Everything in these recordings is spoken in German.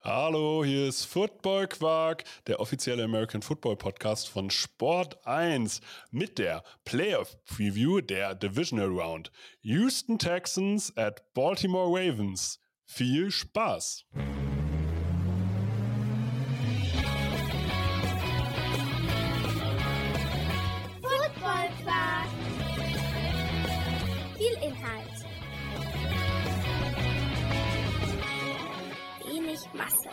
Hallo, hier ist Football Quark, der offizielle American Football Podcast von Sport 1 mit der Playoff Preview der Divisional Round. Houston Texans at Baltimore Ravens. Viel Spaß! Football Quark. Viel Inhalt. Wenig Masse.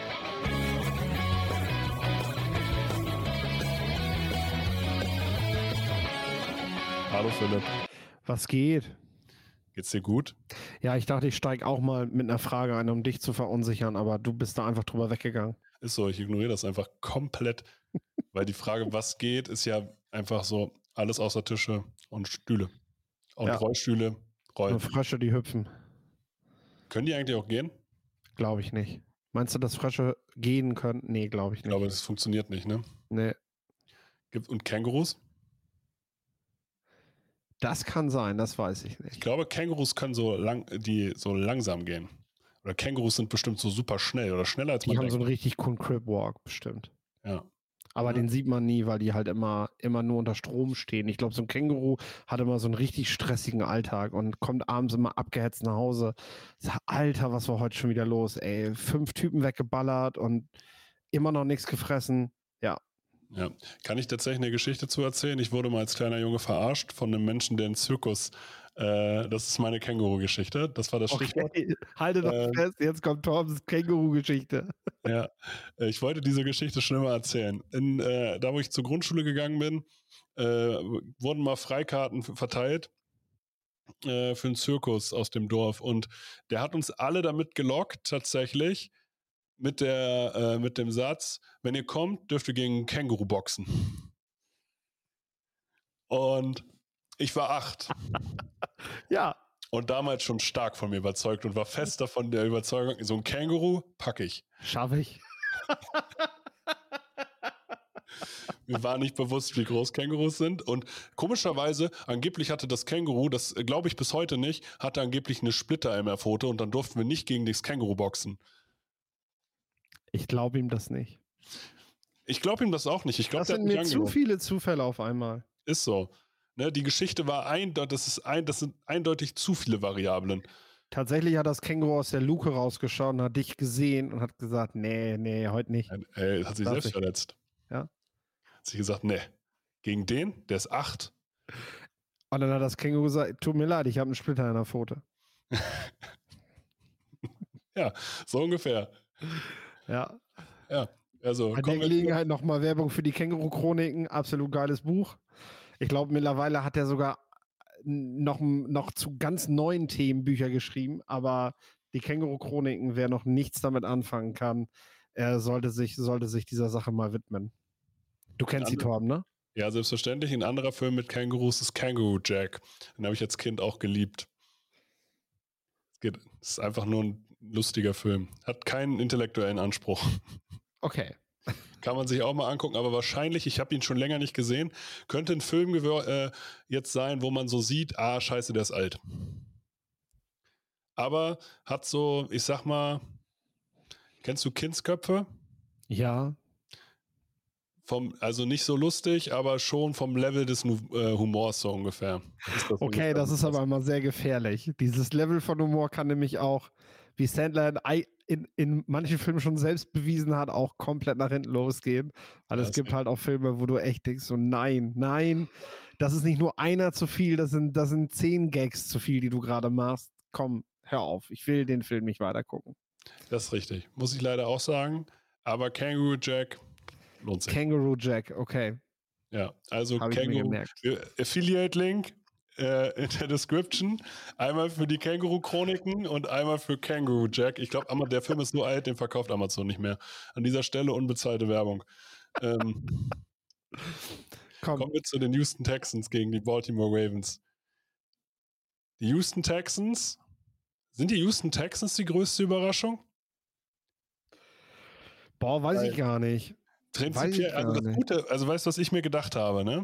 Hallo Philipp, Was geht? geht's dir gut? Ja, ich dachte, ich steige auch mal mit einer Frage ein, um dich zu verunsichern, aber du bist da einfach drüber weggegangen. Ist so, ich ignoriere das einfach komplett, weil die Frage, was geht, ist ja einfach so alles außer Tische und Stühle. Und Ja. Rollstühle rollen. Nur Frösche, die hüpfen. Können die eigentlich auch gehen? Glaube ich nicht. Meinst du, dass Frösche gehen können? Nee, glaube ich Ich nicht. glaube, das funktioniert nicht, ne? Nee, Und Kängurus? das kann sein, das weiß ich Ich nicht. glaube, Kängurus können so langsam gehen. Oder Kängurus sind bestimmt so super schnell oder schneller als Die man haben so denkt. einen richtig coolen Crib-Walk bestimmt. Ja. Aber Ja. den sieht man nie, weil die halt immer nur unter Strom stehen. Ich glaube, so ein Känguru hat immer so einen richtig stressigen Alltag und kommt abends immer abgehetzt nach Hause. Sag, Alter, was war heute schon wieder los? Ey, 5 Typen weggeballert und immer noch nichts gefressen. Ja. Ja. Kann ich tatsächlich eine Geschichte zu erzählen? Ich wurde mal als kleiner Junge verarscht von einem Menschen, der einen Zirkus. Das ist meine Känguru-Geschichte. Das war das Stichwort. Okay, halte doch fest, jetzt kommt Toms Känguru-Geschichte. Ja, ich wollte diese Geschichte schon immer erzählen. Da, wo ich zur Grundschule gegangen bin, wurden mal Freikarten verteilt für einen Zirkus aus dem Dorf. Und der hat uns alle damit gelockt, tatsächlich, mit dem Satz, wenn ihr kommt, dürft ihr gegen einen Känguru boxen. Und ich war 8 Ja, und damals schon stark von mir überzeugt und war fest davon der Überzeugung, so ein Känguru packe ich. schaffe ich. Mir war nicht bewusst, wie groß Kängurus sind. Und komischerweise, angeblich hatte das Känguru, das glaube ich bis heute nicht, hatte angeblich eine Splitter in der Pfote und dann durften wir nicht gegen das Känguru boxen. Ich glaube ihm das nicht. Ich glaube ihm das auch nicht. Ich glaube, Das der hat sind mich mir zu angelogen. viele Zufälle auf einmal. Ist so. Ne, die Geschichte war das sind eindeutig zu viele Variablen. Tatsächlich hat das Känguru aus der Luke rausgeschaut und hat dich gesehen und hat gesagt, nee, heute nicht. Hat sich Darf selbst ich? verletzt. Ja. Hat sich gesagt, nee, gegen den, der ist 8. Und dann hat das Känguru gesagt, tut mir leid, ich habe einen Splitter in der Pfote. Ja, so ungefähr. Ja. Ja, also Bei der kommen wir Gelegenheit nochmal Werbung für die Känguru-Chroniken. Absolut geiles Buch. Ich glaube, mittlerweile hat er sogar noch zu ganz neuen Themen Bücher geschrieben, aber die Känguru-Chroniken, wer noch nichts damit anfangen kann, sollte sich dieser Sache mal widmen. Du kennst die, Torben, ne? Ja, selbstverständlich. Ein anderer Film mit Kängurus ist Kangaroo Jack. Den habe ich als Kind auch geliebt. Es ist einfach nur ein lustiger Film. Hat keinen intellektuellen Anspruch. Okay. Kann man sich auch mal angucken, aber wahrscheinlich, ich habe ihn schon länger nicht gesehen, könnte ein Film jetzt sein, wo man so sieht, scheiße, der ist alt. Aber hat so, ich sag mal, kennst du Kindsköpfe? Ja. Also nicht so lustig, aber schon vom Level des Humors so ungefähr. Okay, das ist aber immer sehr gefährlich. Dieses Level von Humor kann nämlich auch, wie Sandler in manchen Filmen schon selbst bewiesen hat, auch komplett nach hinten losgehen. Weil es gibt halt auch Filme, wo du echt denkst, so nein, das ist nicht nur einer zu viel, das sind 10 Gags zu viel, die du gerade machst. Komm, hör auf, ich will den Film nicht weiter gucken. Das ist richtig, muss ich leider auch sagen. Aber Kangaroo Jack lohnt sich. Kangaroo Jack, okay. Ja, also Hab ich mir Kangaroo gemerkt. Affiliate Link in der Description. Einmal für die Känguru-Chroniken und einmal für Kangaroo Jack. Ich glaube, der Film ist so alt, den verkauft Amazon nicht mehr. An dieser Stelle unbezahlte Werbung. Kommen wir zu den Houston Texans gegen die Baltimore Ravens. Die Houston Texans, sind die Houston Texans die größte Überraschung? Boah, weiß ich gar nicht. Prinzipiell, also das Gute, also weißt du, was ich mir gedacht habe, ne?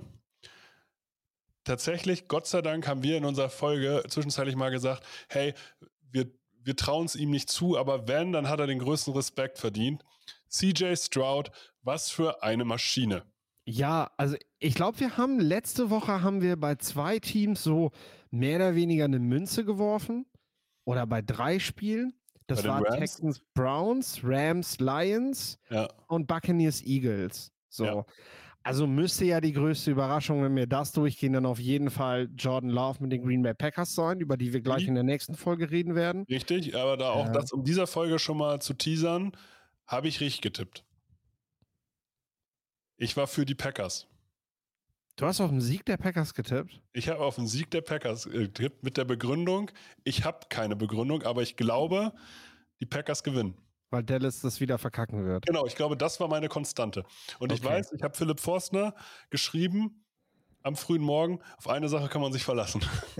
Tatsächlich, Gott sei Dank, haben wir in unserer Folge zwischenzeitlich mal gesagt, hey, wir wir trauen es ihm nicht zu, aber wenn, dann hat er den größten Respekt verdient. CJ Stroud, was für eine Maschine. Ja, also ich glaube, letzte Woche haben wir bei 2 Teams so mehr oder weniger eine Münze geworfen. Oder bei 3 Spielen. Das Bei den war Rams? Texans, Browns, Rams, Lions Ja, und Buccaneers, Eagles. So. Ja. Also müsste ja die größte Überraschung, wenn wir das durchgehen, dann auf jeden Fall Jordan Love mit den Green Bay Packers sein, über die wir gleich in der nächsten Folge reden werden. richtig, aber da auch das, um dieser Folge schon mal zu teasern, habe ich richtig getippt. Ich war für die Packers. Du hast auf den Sieg der Packers getippt? Ich habe auf den Sieg der Packers getippt mit der Begründung, ich habe keine Begründung, aber ich glaube, die Packers gewinnen. Weil Dallas das wieder verkacken wird. Genau, ich glaube, das war meine Konstante. Und ich weiß, ich habe Philipp Forstner geschrieben am frühen Morgen, auf eine Sache kann man sich verlassen.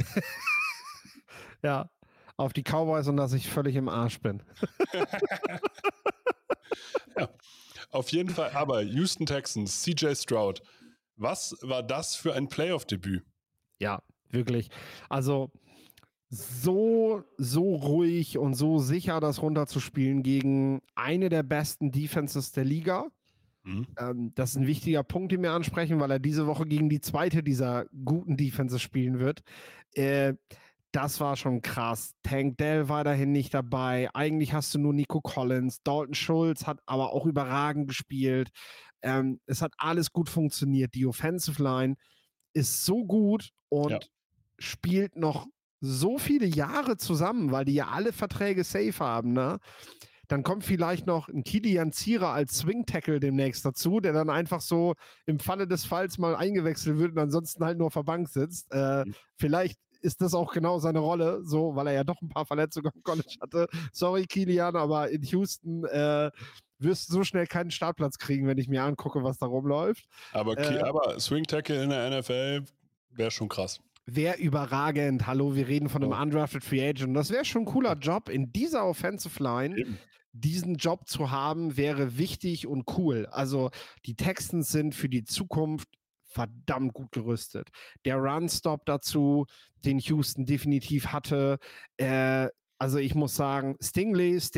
Ja, auf die Cowboys und dass ich völlig im Arsch bin. Ja, auf jeden Fall, aber Houston Texans, CJ Stroud, was war das für ein Playoff-Debüt? Ja, wirklich. Also so ruhig und so sicher das runterzuspielen gegen eine der besten Defenses der Liga. Das ist ein wichtiger Punkt, den wir ansprechen, weil er diese Woche gegen die zweite dieser guten Defenses spielen wird. Das war schon krass. Tank Dell weiterhin nicht dabei. Eigentlich hast du nur Nico Collins. Dalton Schultz hat aber auch überragend gespielt. Es hat alles gut funktioniert. Die Offensive Line ist so gut und spielt noch so viele Jahre zusammen, weil die ja alle Verträge safe haben, ne? Dann kommt vielleicht noch ein Kilian Zierer als Swing-Tackle demnächst dazu, der dann einfach so im Falle des Falls mal eingewechselt wird und ansonsten halt nur auf der Bank sitzt. Vielleicht ist das auch genau seine Rolle, so, weil er ja doch ein paar Verletzungen am College hatte. Sorry, Kilian, aber in Houston wirst du so schnell keinen Startplatz kriegen, wenn ich mir angucke, was da rumläuft. Aber Swing-Tackle in der NFL wäre schon krass. Wäre überragend. Hallo, wir reden von einem Undrafted Free Agent. Und das wäre schon ein cooler Job in dieser Offensive Line. Eben. Diesen Job zu haben, wäre wichtig und cool. Also die Texans sind für die Zukunft verdammt gut gerüstet. Der Run-Stop dazu, den Houston definitiv hatte, also ich muss sagen, Stingley ist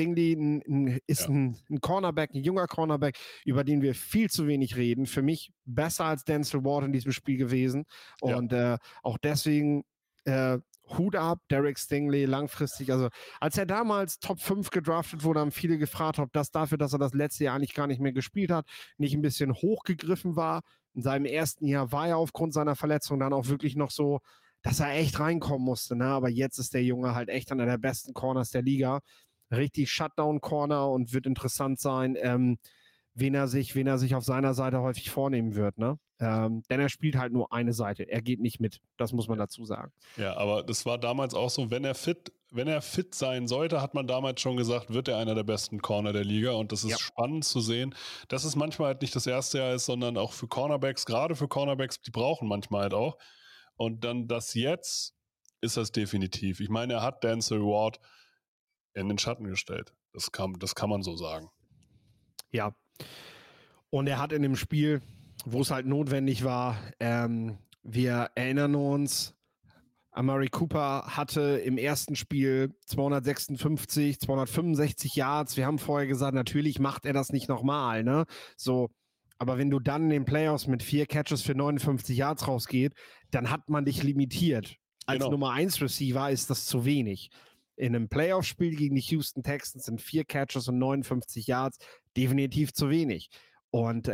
ein Cornerback, ein junger Cornerback, über den wir viel zu wenig reden. Für mich besser als Denzel Ward in diesem Spiel gewesen. Und auch deswegen Hut ab, Derek Stingley, langfristig. Also als er damals Top 5 gedraftet wurde, haben viele gefragt, ob das dafür, dass er das letzte Jahr eigentlich gar nicht mehr gespielt hat, nicht ein bisschen hochgegriffen war. In seinem ersten Jahr war er aufgrund seiner Verletzung dann auch wirklich noch so, dass er echt reinkommen musste, ne? Aber jetzt ist der Junge halt echt einer der besten Corners der Liga. Richtig Shutdown-Corner und wird interessant sein, wen er sich auf seiner Seite häufig vornehmen wird, ne? Denn er spielt halt nur eine Seite. Er geht nicht mit. Das muss man dazu sagen. Ja, aber das war damals auch so, wenn er fit sein sollte, hat man damals schon gesagt, wird er einer der besten Corner der Liga. Und das ist spannend zu sehen, dass es manchmal halt nicht das erste Jahr ist, sondern auch für Cornerbacks, gerade für Cornerbacks, die brauchen manchmal halt auch. Und dann das jetzt ist das definitiv. Ich meine, er hat Denzel Ward in den Schatten gestellt. Das kann man so sagen. Ja. Und er hat in dem Spiel, wo es halt notwendig war, wir erinnern uns, Amari Cooper hatte im ersten Spiel 256, 265 Yards. Wir haben vorher gesagt, natürlich macht er das nicht nochmal, ne? So. Aber wenn du dann in den Playoffs mit 4 Catches für 59 Yards rausgeht, dann hat man dich limitiert. Als Nummer 1 Receiver ist das zu wenig. In einem Playoff-Spiel gegen die Houston Texans sind 4 Catches und 59 Yards definitiv zu wenig. Und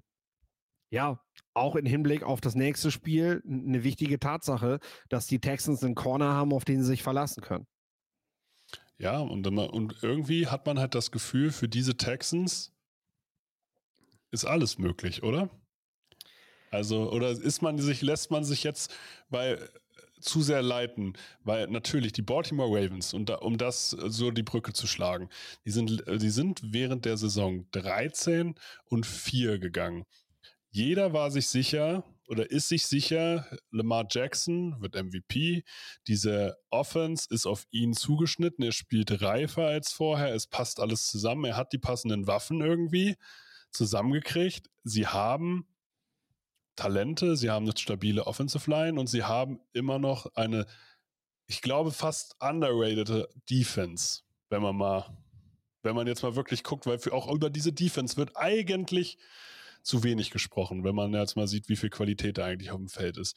auch im Hinblick auf das nächste Spiel eine wichtige Tatsache, dass die Texans einen Corner haben, auf den sie sich verlassen können. Ja, und irgendwie hat man halt das Gefühl, für diese Texans ist alles möglich, oder? Also, oder lässt man sich jetzt zu sehr leiten, weil natürlich die Baltimore Ravens, um das so die Brücke zu schlagen, die sind während der Saison 13-4 gegangen. Jeder war sich sicher oder ist sich sicher, Lamar Jackson wird MVP, diese Offense ist auf ihn zugeschnitten, er spielt reifer als vorher, es passt alles zusammen, er hat die passenden Waffen irgendwie zusammengekriegt, sie haben Talente, sie haben eine stabile Offensive Line und sie haben immer noch eine ich glaube, fast underrated Defense, wenn man jetzt mal wirklich guckt, weil auch über diese Defense wird eigentlich zu wenig gesprochen, wenn man jetzt mal sieht, wie viel Qualität da eigentlich auf dem Feld ist.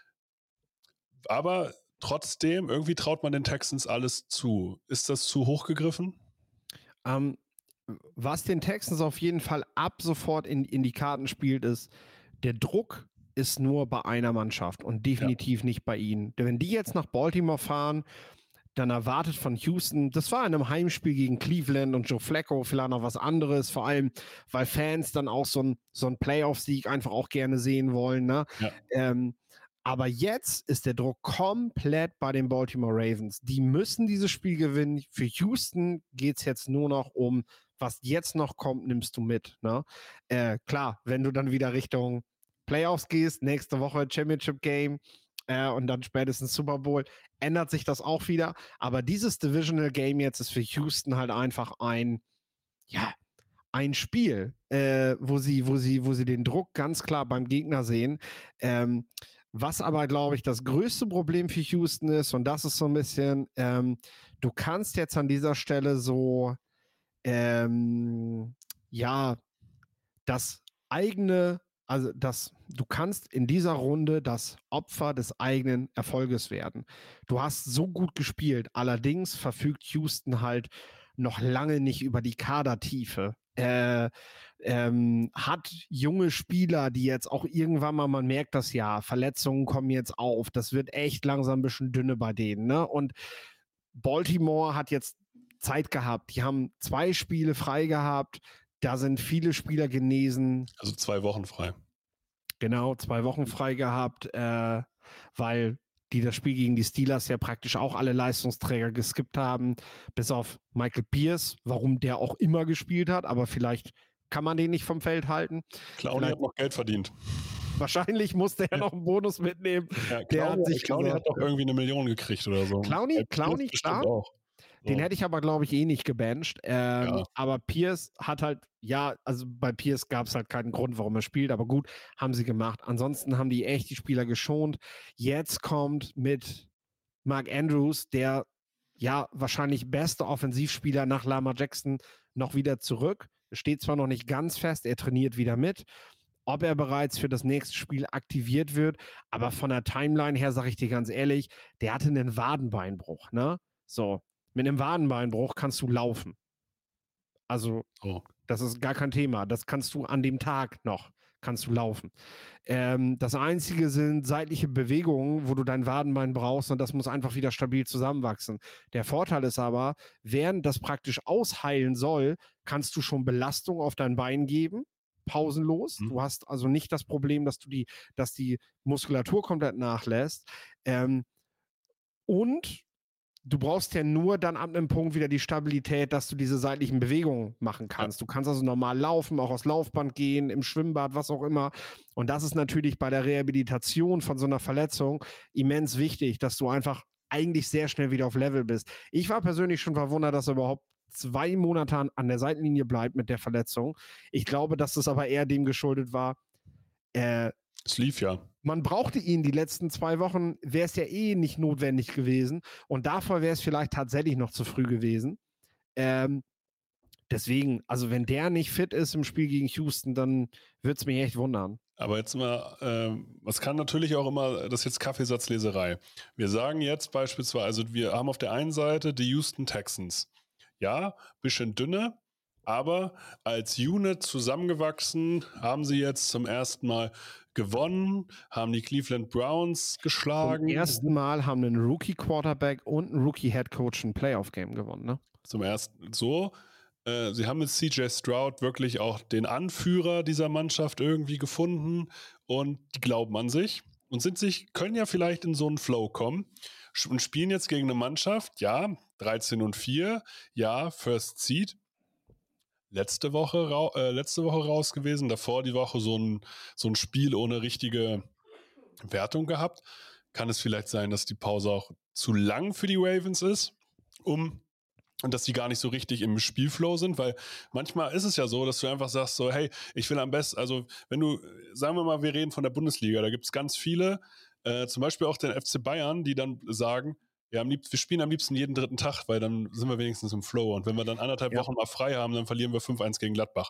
Aber trotzdem, irgendwie traut man den Texans alles zu. Ist das zu hoch gegriffen? Was den Texans auf jeden Fall ab sofort in die Karten spielt, ist, der Druck ist nur bei einer Mannschaft und definitiv nicht bei ihnen. Denn wenn die jetzt nach Baltimore fahren, dann erwartet von Houston, das war in einem Heimspiel gegen Cleveland und Joe Flacco vielleicht noch was anderes, vor allem, weil Fans dann auch so einen Playoff-Sieg einfach auch gerne sehen wollen. Ne? Ja. Aber jetzt ist der Druck komplett bei den Baltimore Ravens. Die müssen dieses Spiel gewinnen. Für Houston geht es jetzt nur noch um, was jetzt noch kommt, nimmst du mit. Ne? Klar, wenn du dann wieder Richtung Playoffs gehst, nächste Woche Championship Game und dann spätestens Super Bowl, ändert sich das auch wieder. Aber dieses Divisional Game jetzt ist für Houston halt einfach ein Spiel, wo sie den Druck ganz klar beim Gegner sehen. Was aber, glaube ich, das größte Problem für Houston ist, und das ist so ein bisschen, du kannst jetzt an dieser Stelle so, du kannst in dieser Runde das Opfer des eigenen Erfolges werden. Du hast so gut gespielt, allerdings verfügt Houston halt noch lange nicht über die Kadertiefe. Hat junge Spieler, die jetzt auch irgendwann mal, man merkt das ja, Verletzungen kommen jetzt auf, das wird echt langsam ein bisschen dünne bei denen, ne? Und Baltimore hat jetzt Zeit gehabt, die haben 2 Spiele frei gehabt, da sind viele Spieler genesen. Also 2 Wochen frei. Genau, 2 Wochen frei gehabt, weil die das Spiel gegen die Steelers ja praktisch auch alle Leistungsträger geskippt haben, bis auf Michael Pierce, warum der auch immer gespielt hat, aber vielleicht kann man den nicht vom Feld halten. Clowney hat noch Geld verdient. Wahrscheinlich musste er noch einen Bonus mitnehmen. Ja, Clowney hat doch irgendwie 1 Million gekriegt oder so. Clowney, klar. Auch. Den hätte ich aber, glaube ich, nicht gebencht. Aber Pierce hat halt, also bei Pierce gab es halt keinen Grund, warum er spielt, aber gut, haben sie gemacht. Ansonsten haben die echt die Spieler geschont. Jetzt kommt mit Mark Andrews, der wahrscheinlich beste Offensivspieler nach Lamar Jackson, noch wieder zurück. Steht zwar noch nicht ganz fest, er trainiert wieder mit. Ob er bereits für das nächste Spiel aktiviert wird, aber von der Timeline her, sage ich dir ganz ehrlich, der hatte einen Wadenbeinbruch, ne? So, mit einem Wadenbeinbruch kannst du laufen. Also, das ist gar kein Thema. Das kannst du an dem Tag noch, kannst du laufen. Das Einzige sind seitliche Bewegungen, wo du dein Wadenbein brauchst und das muss einfach wieder stabil zusammenwachsen. Der Vorteil ist aber, während das praktisch ausheilen soll, kannst du schon Belastung auf dein Bein geben, pausenlos. Du hast also nicht das Problem, dass die Muskulatur komplett nachlässt. Und du brauchst ja nur dann ab einem Punkt wieder die Stabilität, dass du diese seitlichen Bewegungen machen kannst. Du kannst also normal laufen, auch aufs Laufband gehen, im Schwimmbad, was auch immer. Und das ist natürlich bei der Rehabilitation von so einer Verletzung immens wichtig, dass du einfach eigentlich sehr schnell wieder auf Level bist. Ich war persönlich schon verwundert, dass er überhaupt 2 Monate an der Seitenlinie bleibt mit der Verletzung. Ich glaube, dass es aber eher dem geschuldet war. Es lief ja. Man brauchte ihn die letzten 2 Wochen, wäre es ja eh nicht notwendig gewesen. Und davor wäre es vielleicht tatsächlich noch zu früh gewesen. Deswegen, also wenn der nicht fit ist im Spiel gegen Houston, dann würde es mich echt wundern. Aber jetzt mal, es kann natürlich auch immer, das ist jetzt Kaffeesatzleserei. Wir sagen jetzt beispielsweise, also wir haben auf der einen Seite die Houston Texans. Ja, bisschen dünne, aber als Unit zusammengewachsen haben sie jetzt zum ersten Mal gewonnen, haben die Cleveland Browns geschlagen. Zum ersten Mal haben einen Rookie-Quarterback und einen Rookie-Headcoach ein Playoff-Game gewonnen, ne? Zum ersten, so. Sie haben mit CJ Stroud wirklich auch den Anführer dieser Mannschaft irgendwie gefunden und die glauben an sich und können ja vielleicht in so einen Flow kommen und spielen jetzt gegen eine Mannschaft, 13-4, First Seed. Letzte Woche raus gewesen, davor die Woche so ein Spiel ohne richtige Wertung gehabt. Kann es vielleicht sein, dass die Pause auch zu lang für die Ravens ist, und dass die gar nicht so richtig im Spielflow sind, weil manchmal ist es ja so, dass du einfach sagst so, hey, ich will am besten, also wenn du, sagen wir mal, wir reden von der Bundesliga, da gibt es ganz viele, zum Beispiel auch den FC Bayern, die dann sagen, wir spielen am liebsten jeden dritten Tag, weil dann sind wir wenigstens im Flow. Und wenn wir dann 1,5 Wochen mal frei haben, dann verlieren wir 5-1 gegen Gladbach.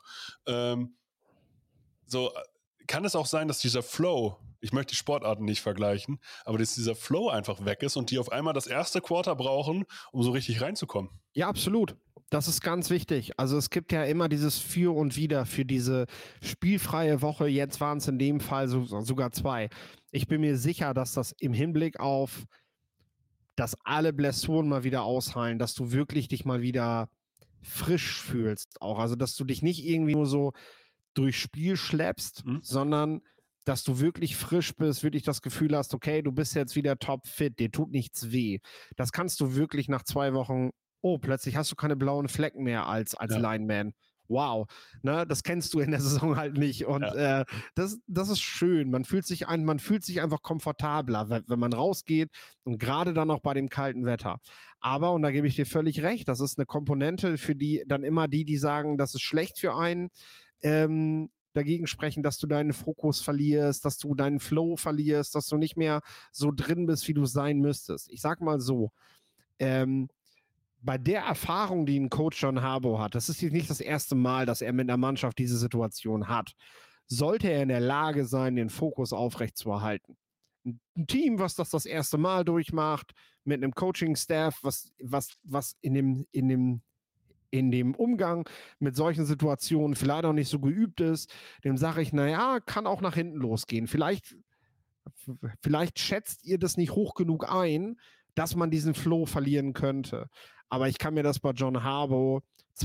Kann es auch sein, dass dieser Flow, ich möchte die Sportarten nicht vergleichen, aber dass dieser Flow einfach weg ist und die auf einmal das erste Quarter brauchen, um so richtig reinzukommen? Ja, absolut. Das ist ganz wichtig. Also es gibt ja immer dieses Für und Wider für diese spielfreie Woche. Jetzt waren es in dem Fall sogar 2. Ich bin mir sicher, dass das im Hinblick auf, dass alle Blessuren mal wieder ausheilen, dass du wirklich dich mal wieder frisch fühlst auch. Also dass du dich nicht irgendwie nur so durchs Spiel schleppst, sondern dass du wirklich frisch bist, wirklich das Gefühl hast, okay, du bist jetzt wieder top fit, dir tut nichts weh. Das kannst du wirklich nach 2 Wochen, plötzlich hast du keine blauen Flecken mehr als Lineman. Wow, ne, das kennst du in der Saison halt nicht. Und das ist schön. Man fühlt sich einfach komfortabler, wenn man rausgeht und gerade dann noch bei dem kalten Wetter. Aber, und da gebe ich dir völlig recht, das ist eine Komponente, für die dann immer die sagen, das ist schlecht für einen, dagegen sprechen, dass du deinen Fokus verlierst, dass du deinen Flow verlierst, dass du nicht mehr so drin bist, wie du sein müsstest. Ich sag mal so, bei der Erfahrung, die ein Coach John Harbaugh hat, das ist jetzt nicht das erste Mal, dass er mit einer Mannschaft diese Situation hat, sollte er in der Lage sein, den Fokus aufrechtzuerhalten. Ein Team, was das erste Mal durchmacht, mit einem Coaching-Staff, was in dem Umgang mit solchen Situationen vielleicht auch nicht so geübt ist, dem sage ich, naja, kann auch nach hinten losgehen. Vielleicht schätzt ihr das nicht hoch genug ein, dass man diesen Flow verlieren könnte. Aber ich kann mir das bei John Harbaugh,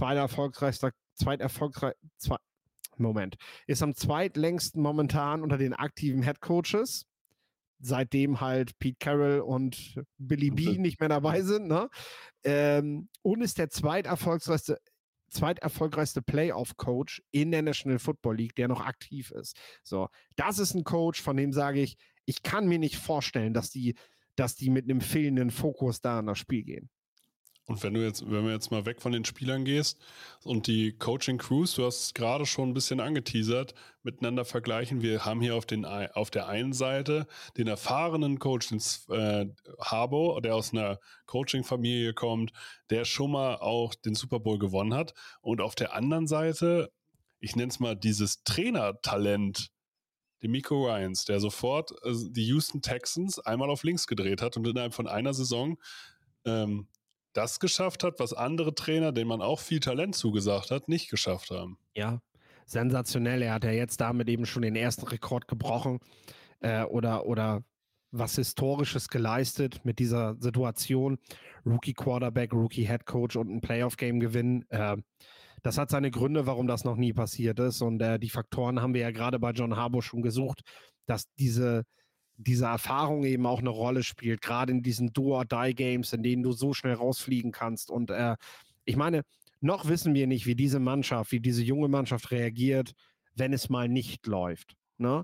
ist am zweitlängsten momentan unter den aktiven Headcoaches, seitdem halt Pete Carroll und Billy B nicht mehr dabei sind, ne? Und ist der zweiterfolgreichste Playoff-Coach in der National Football League, der noch aktiv ist. So, das ist ein Coach, von dem sage ich kann mir nicht vorstellen, dass die mit einem fehlenden Fokus da an das Spiel gehen. Und wenn wir jetzt mal weg von den Spielern gehst und die Coaching-Crews, du hast es gerade schon ein bisschen angeteasert, miteinander vergleichen. Wir haben hier auf der einen Seite den erfahrenen Coach, den Harbaugh, der aus einer Coaching-Familie kommt, der schon mal auch den Super Bowl gewonnen hat. Und auf der anderen Seite, ich nenne es mal dieses Trainertalent, DeMeco Ryans, der sofort die Houston Texans einmal auf links gedreht hat und innerhalb von einer Saison das geschafft hat, was andere Trainer, denen man auch viel Talent zugesagt hat, nicht geschafft haben. Ja, sensationell. Er hat ja jetzt damit eben schon den ersten Rekord gebrochen oder was Historisches geleistet mit dieser Situation. Rookie Quarterback, Rookie Head Coach und ein Playoff-Game gewinnen. Das hat seine Gründe, warum das noch nie passiert ist. Und die Faktoren haben wir ja gerade bei John Harbaugh schon gesucht, dass diese Erfahrung eben auch eine Rolle spielt, gerade in diesen Do-or-Die-Games, in denen du so schnell rausfliegen kannst. Und ich meine, noch wissen wir nicht, wie diese junge Mannschaft reagiert, wenn es mal nicht läuft. Ne?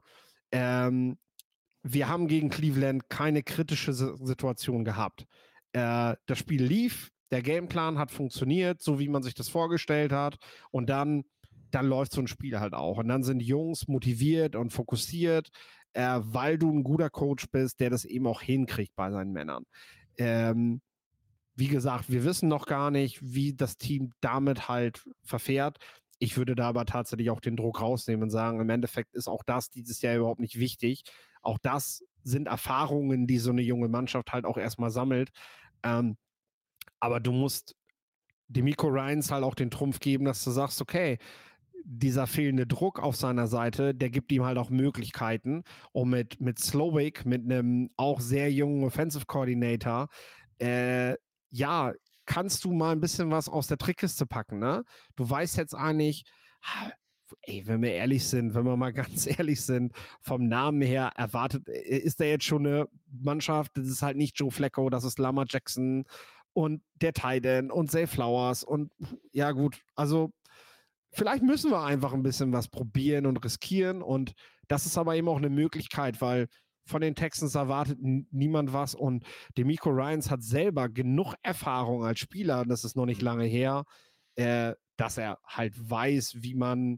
Wir haben gegen Cleveland keine kritische Situation gehabt. Das Spiel lief, der Gameplan hat funktioniert, so wie man sich das vorgestellt hat. Und dann läuft so ein Spiel halt auch. Und dann sind die Jungs motiviert und fokussiert, weil du ein guter Coach bist, der das eben auch hinkriegt bei seinen Männern. Wie gesagt, wir wissen noch gar nicht, wie das Team damit halt verfährt. Ich würde da aber tatsächlich auch den Druck rausnehmen und sagen, im Endeffekt ist auch das dieses Jahr überhaupt nicht wichtig. Auch das sind Erfahrungen, die so eine junge Mannschaft halt auch erstmal sammelt. Aber du musst DeMeco Ryans halt auch den Trumpf geben, dass du sagst, okay, dieser fehlende Druck auf seiner Seite, der gibt ihm halt auch Möglichkeiten, um mit Slowik, mit einem auch sehr jungen Offensive Coordinator, kannst du mal ein bisschen was aus der Trickkiste packen, ne? Du weißt jetzt eigentlich, wenn wir ehrlich sind, wenn wir mal ganz ehrlich sind, vom Namen her ist da jetzt schon eine Mannschaft, das ist halt nicht Joe Flacco, das ist Lamar Jackson und der Tight End und Zay Flowers und ja gut, also vielleicht müssen wir einfach ein bisschen was probieren und riskieren und das ist aber eben auch eine Möglichkeit, weil von den Texans erwartet niemand was und DeMeco Ryans hat selber genug Erfahrung als Spieler, und das ist noch nicht lange her, dass er halt weiß, wie man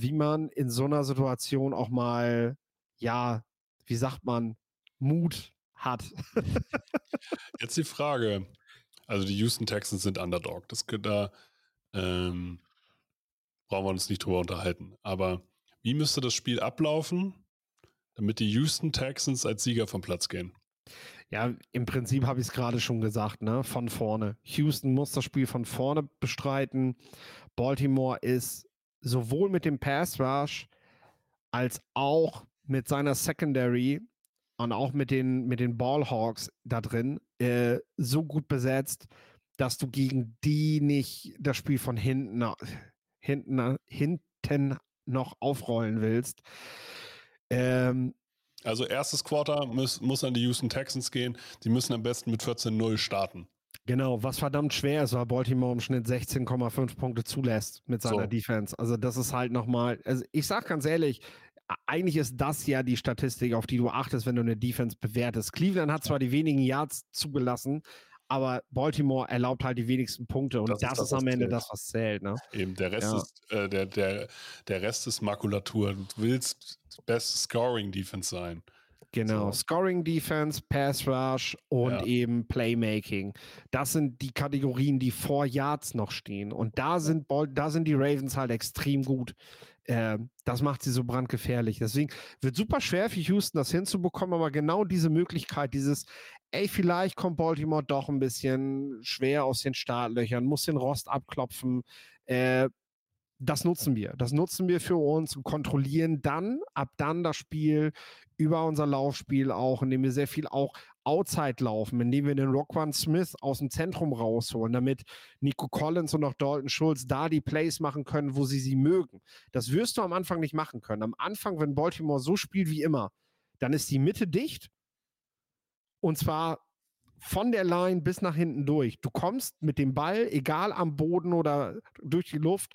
in so einer Situation auch mal, ja, wie sagt man, Mut hat. Jetzt die Frage. Also die Houston Texans sind Underdog. Da brauchen wir uns nicht drüber unterhalten. Aber wie müsste das Spiel ablaufen, damit die Houston Texans als Sieger vom Platz gehen? Ja, im Prinzip habe ich es gerade schon gesagt, ne? Von vorne. Houston muss das Spiel von vorne bestreiten. Baltimore ist sowohl mit dem Pass Rush als auch mit seiner Secondary und auch mit den Ballhawks da drin so gut besetzt, dass du gegen die nicht das Spiel von hinten noch aufrollen willst. Also erstes Quarter muss an die Houston Texans gehen. Die müssen am besten mit 14-0 starten. Genau, was verdammt schwer ist, weil Baltimore im Schnitt 16,5 Punkte zulässt mit seiner Defense. Also das ist halt nochmal, also ich sag ganz ehrlich, eigentlich ist das ja die Statistik, auf die du achtest, wenn du eine Defense bewertest. Cleveland hat zwar die wenigen Yards zugelassen, aber Baltimore erlaubt halt die wenigsten Punkte und das ist am Ende das, was zählt. Ne? Eben, der Rest ist der Rest ist Makulatur. Du willst best Scoring Defense sein. Genau, Scoring Defense, Pass Rush und eben Playmaking. Das sind die Kategorien, die vor Yards noch stehen. Und da sind die Ravens halt extrem gut. Das macht sie so brandgefährlich. Deswegen wird super schwer für Houston, das hinzubekommen, aber genau diese Möglichkeit, vielleicht kommt Baltimore doch ein bisschen schwer aus den Startlöchern, muss den Rost abklopfen. Das nutzen wir. Das nutzen wir für uns und kontrollieren ab dann das Spiel über unser Laufspiel auch, indem wir sehr viel auch Outside laufen, indem wir den Roquan Smith aus dem Zentrum rausholen, damit Nico Collins und auch Dalton Schultz da die Plays machen können, wo sie mögen. Das wirst du am Anfang nicht machen können. Am Anfang, wenn Baltimore so spielt wie immer, dann ist die Mitte dicht und zwar von der Line bis nach hinten durch. Du kommst mit dem Ball, egal am Boden oder durch die Luft,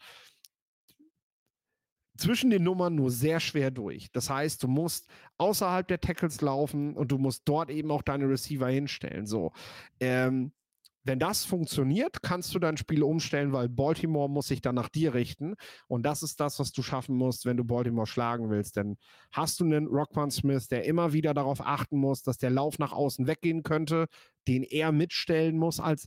zwischen den Nummern nur sehr schwer durch. Das heißt, du musst außerhalb der Tackles laufen und du musst dort eben auch deine Receiver hinstellen. So, wenn das funktioniert, kannst du dein Spiel umstellen, weil Baltimore muss sich dann nach dir richten. Und das ist das, was du schaffen musst, wenn du Baltimore schlagen willst. Denn hast du einen Roquan Smith, der immer wieder darauf achten muss, dass der Lauf nach außen weggehen könnte, den er mitstellen muss als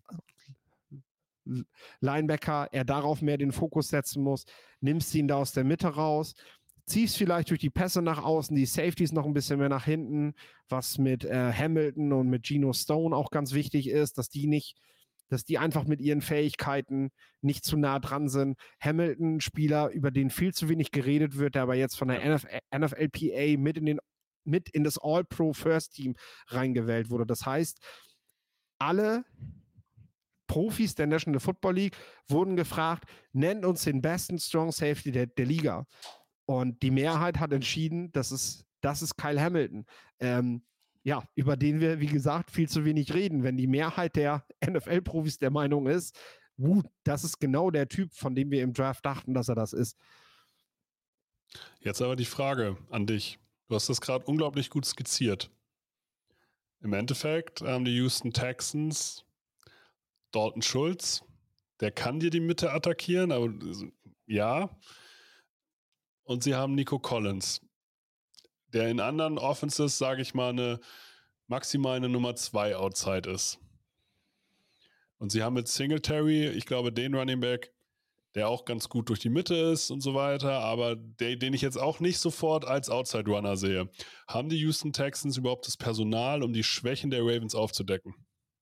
Linebacker, er darauf mehr den Fokus setzen muss, nimmst ihn da aus der Mitte raus, ziehst vielleicht durch die Pässe nach außen, die Safeties noch ein bisschen mehr nach hinten, was mit Hamilton und mit Geno Stone auch ganz wichtig ist, dass die einfach mit ihren Fähigkeiten nicht zu nah dran sind. Hamilton, Spieler, über den viel zu wenig geredet wird, der aber jetzt von der NFLPA mit in das All-Pro First Team reingewählt wurde. Das heißt, alle Profis der National Football League wurden gefragt, nennt uns den besten Strong Safety der Liga. Und die Mehrheit hat entschieden, das ist Kyle Hamilton. Über den wir, wie gesagt, viel zu wenig reden. Wenn die Mehrheit der NFL-Profis der Meinung ist, das ist genau der Typ, von dem wir im Draft dachten, dass er das ist. Jetzt aber die Frage an dich. Du hast das gerade unglaublich gut skizziert. Im Endeffekt haben die Houston Texans Dalton Schultz, der kann dir die Mitte attackieren, aber ja. Und sie haben Nico Collins, der in anderen Offenses, sage ich mal, maximal eine Nummer 2 Outside ist. Und sie haben mit Singletary, ich glaube, den Running Back, der auch ganz gut durch die Mitte ist und so weiter, aber den ich jetzt auch nicht sofort als Outside Runner sehe. Haben die Houston Texans überhaupt das Personal, um die Schwächen der Ravens aufzudecken?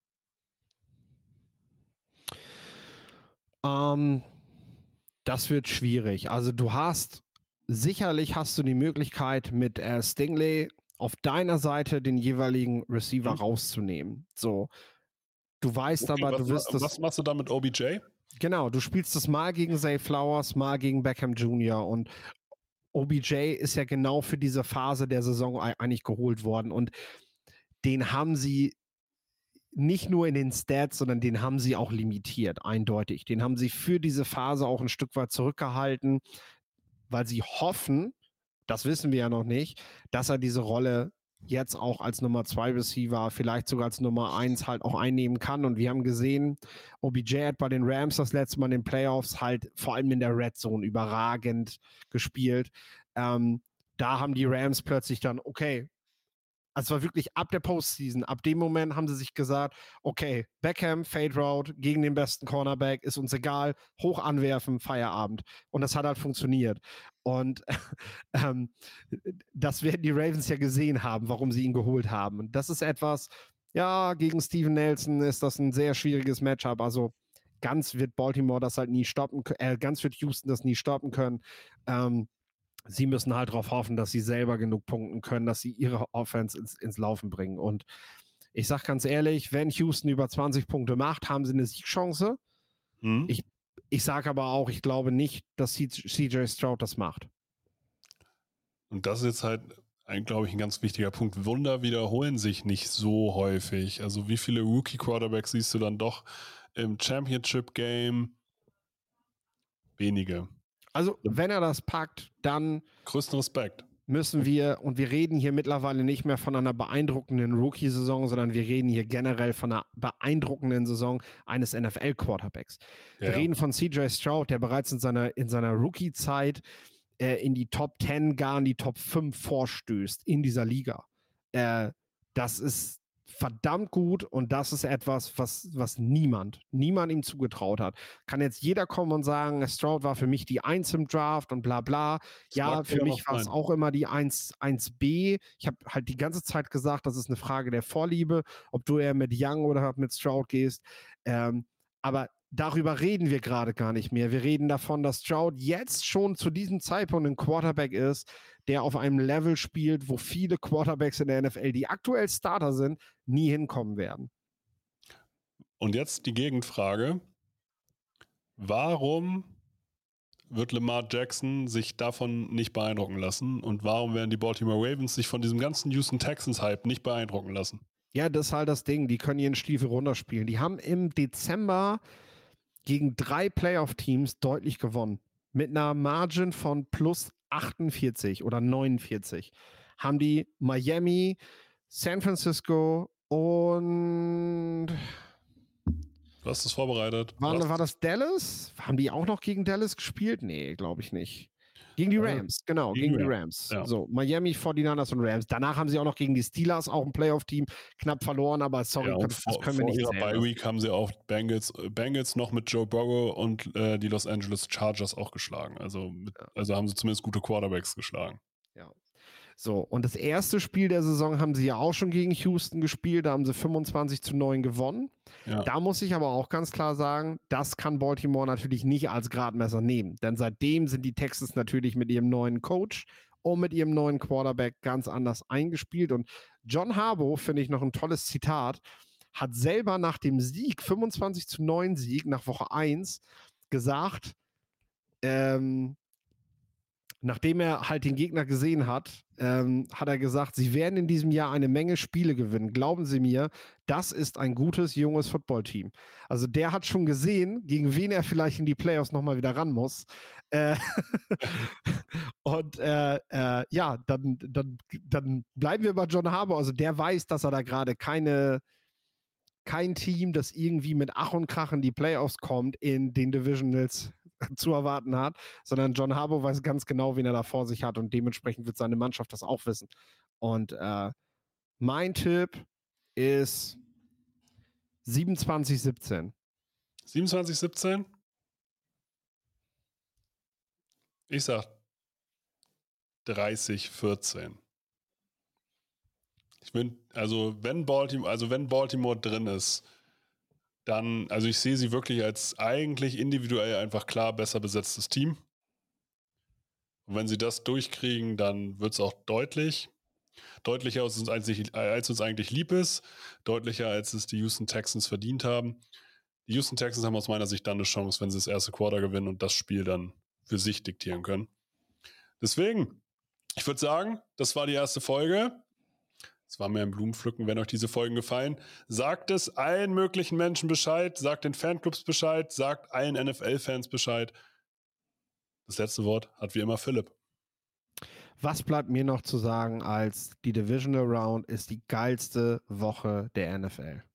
Das wird schwierig. Also sicherlich hast du die Möglichkeit, mit Stingley auf deiner Seite den jeweiligen Receiver rauszunehmen. So, du weißt aber, du wirst das. Was machst du da mit OBJ? Genau, du spielst das mal gegen Zay Flowers, mal gegen Beckham Jr. Und OBJ ist ja genau für diese Phase der Saison eigentlich geholt worden. Und den haben sie nicht nur in den Stats, sondern den haben sie auch limitiert, eindeutig. Den haben sie für diese Phase auch ein Stück weit zurückgehalten, weil sie hoffen, das wissen wir ja noch nicht, dass er diese Rolle jetzt auch als Nummer 2 Receiver, vielleicht sogar als Nummer 1 halt auch einnehmen kann. Und wir haben gesehen, OBJ hat bei den Rams das letzte Mal in den Playoffs halt vor allem in der Red Zone überragend gespielt. Da haben die Rams plötzlich dann, okay, es war wirklich ab der Postseason, ab dem Moment haben sie sich gesagt, okay, Beckham, Fade Route gegen den besten Cornerback, ist uns egal, hoch anwerfen, Feierabend. Und das hat halt funktioniert. Und das werden die Ravens ja gesehen haben, warum sie ihn geholt haben. Und das ist etwas, ja, gegen Steven Nelson ist das ein sehr schwieriges Matchup. Also ganz wird Baltimore das halt nie stoppen, ganz wird Houston das nie stoppen können. Sie müssen halt darauf hoffen, dass sie selber genug punkten können, dass sie ihre Offense ins Laufen bringen. Und ich sage ganz ehrlich, wenn Houston über 20 Punkte macht, haben sie eine Siegchance. Ich sage aber auch, ich glaube nicht, dass CJ Stroud das macht. Und das ist jetzt halt, glaube ich, ein ganz wichtiger Punkt. Wunder wiederholen sich nicht so häufig. Also wie viele Rookie-Quarterbacks siehst du dann doch im Championship-Game? Wenige. Also wenn er das packt, dann größten Respekt. Müssen wir, und wir reden hier mittlerweile nicht mehr von einer beeindruckenden Rookie-Saison, sondern wir reden hier generell von einer beeindruckenden Saison eines NFL-Quarterbacks. Ja. Wir reden von CJ Stroud, der bereits in seiner Rookie-Zeit in die Top 10, gar in die Top 5 vorstößt in dieser Liga. Das ist verdammt gut und das ist etwas, was niemand ihm zugetraut hat. Kann jetzt jeder kommen und sagen, Stroud war für mich die 1 im Draft und bla bla. Ja, für mich war es auch immer die 1B. Ich habe halt die ganze Zeit gesagt, das ist eine Frage der Vorliebe, ob du eher mit Young oder mit Stroud gehst. Aber darüber reden wir gerade gar nicht mehr. Wir reden davon, dass Stroud jetzt schon zu diesem Zeitpunkt ein Quarterback ist, der auf einem Level spielt, wo viele Quarterbacks in der NFL, die aktuell Starter sind, nie hinkommen werden. Und jetzt die Gegenfrage. Warum wird Lamar Jackson sich davon nicht beeindrucken lassen? Und warum werden die Baltimore Ravens sich von diesem ganzen Houston Texans-Hype nicht beeindrucken lassen? Ja, das ist halt das Ding. Die können ihren Stiefel runterspielen. Die haben im Dezember gegen 3 Playoff-Teams deutlich gewonnen. Mit einer Margin von plus 48 oder 49 haben die Miami, San Francisco und... Du hast es vorbereitet. War das Dallas? Haben die auch noch gegen Dallas gespielt? Nee, glaube ich nicht. Gegen die Rams, genau, gegen die Rams. Ja. So, Miami, 49ers und Rams. Danach haben sie auch noch gegen die Steelers, auch ein Playoff-Team, knapp verloren, aber sorry, ja, das können wir nicht sehen. Vor ihrer Bye-Week haben sie auch Bengals noch mit Joe Burrow und die Los Angeles Chargers auch geschlagen. Also haben sie zumindest gute Quarterbacks geschlagen. Ja. So, und das erste Spiel der Saison haben sie ja auch schon gegen Houston gespielt, da haben sie 25-9 gewonnen. Ja. Da muss ich aber auch ganz klar sagen, das kann Baltimore natürlich nicht als Gradmesser nehmen, denn seitdem sind die Texans natürlich mit ihrem neuen Coach und mit ihrem neuen Quarterback ganz anders eingespielt und John Harbaugh, finde ich noch ein tolles Zitat, hat selber nach dem Sieg, 25-9 Sieg nach Woche 1 gesagt, nachdem er halt den Gegner gesehen hat, hat er gesagt, sie werden in diesem Jahr eine Menge Spiele gewinnen. Glauben Sie mir, das ist ein gutes, junges Footballteam. Also der hat schon gesehen, gegen wen er vielleicht in die Playoffs nochmal wieder ran muss. Und ja, dann bleiben wir bei John Harbaugh. Also der weiß, dass er da gerade kein Team, das irgendwie mit Ach und Krach in die Playoffs kommt, in den Divisionals zu erwarten hat, sondern John Harbaugh weiß ganz genau, wen er da vor sich hat und dementsprechend wird seine Mannschaft das auch wissen. Und mein Tipp ist 27-17. 27-17? Ich sag 30-14. Wenn Baltimore drin ist, dann, also ich sehe sie wirklich als eigentlich individuell einfach klar besser besetztes Team. Und wenn sie das durchkriegen, dann wird es auch deutlicher, als uns eigentlich lieb ist, deutlicher, als es die Houston Texans verdient haben. Die Houston Texans haben aus meiner Sicht dann eine Chance, wenn sie das erste Quarter gewinnen und das Spiel dann für sich diktieren können. Deswegen, ich würde sagen, das war die erste Folge. Es war mehr ein Blumenpflücken. Wenn euch diese Folgen gefallen, sagt es allen möglichen Menschen Bescheid, sagt den Fanclubs Bescheid, sagt allen NFL-Fans Bescheid. Das letzte Wort hat wie immer Philipp. Was bleibt mir noch zu sagen, als die Divisional Round ist die geilste Woche der NFL?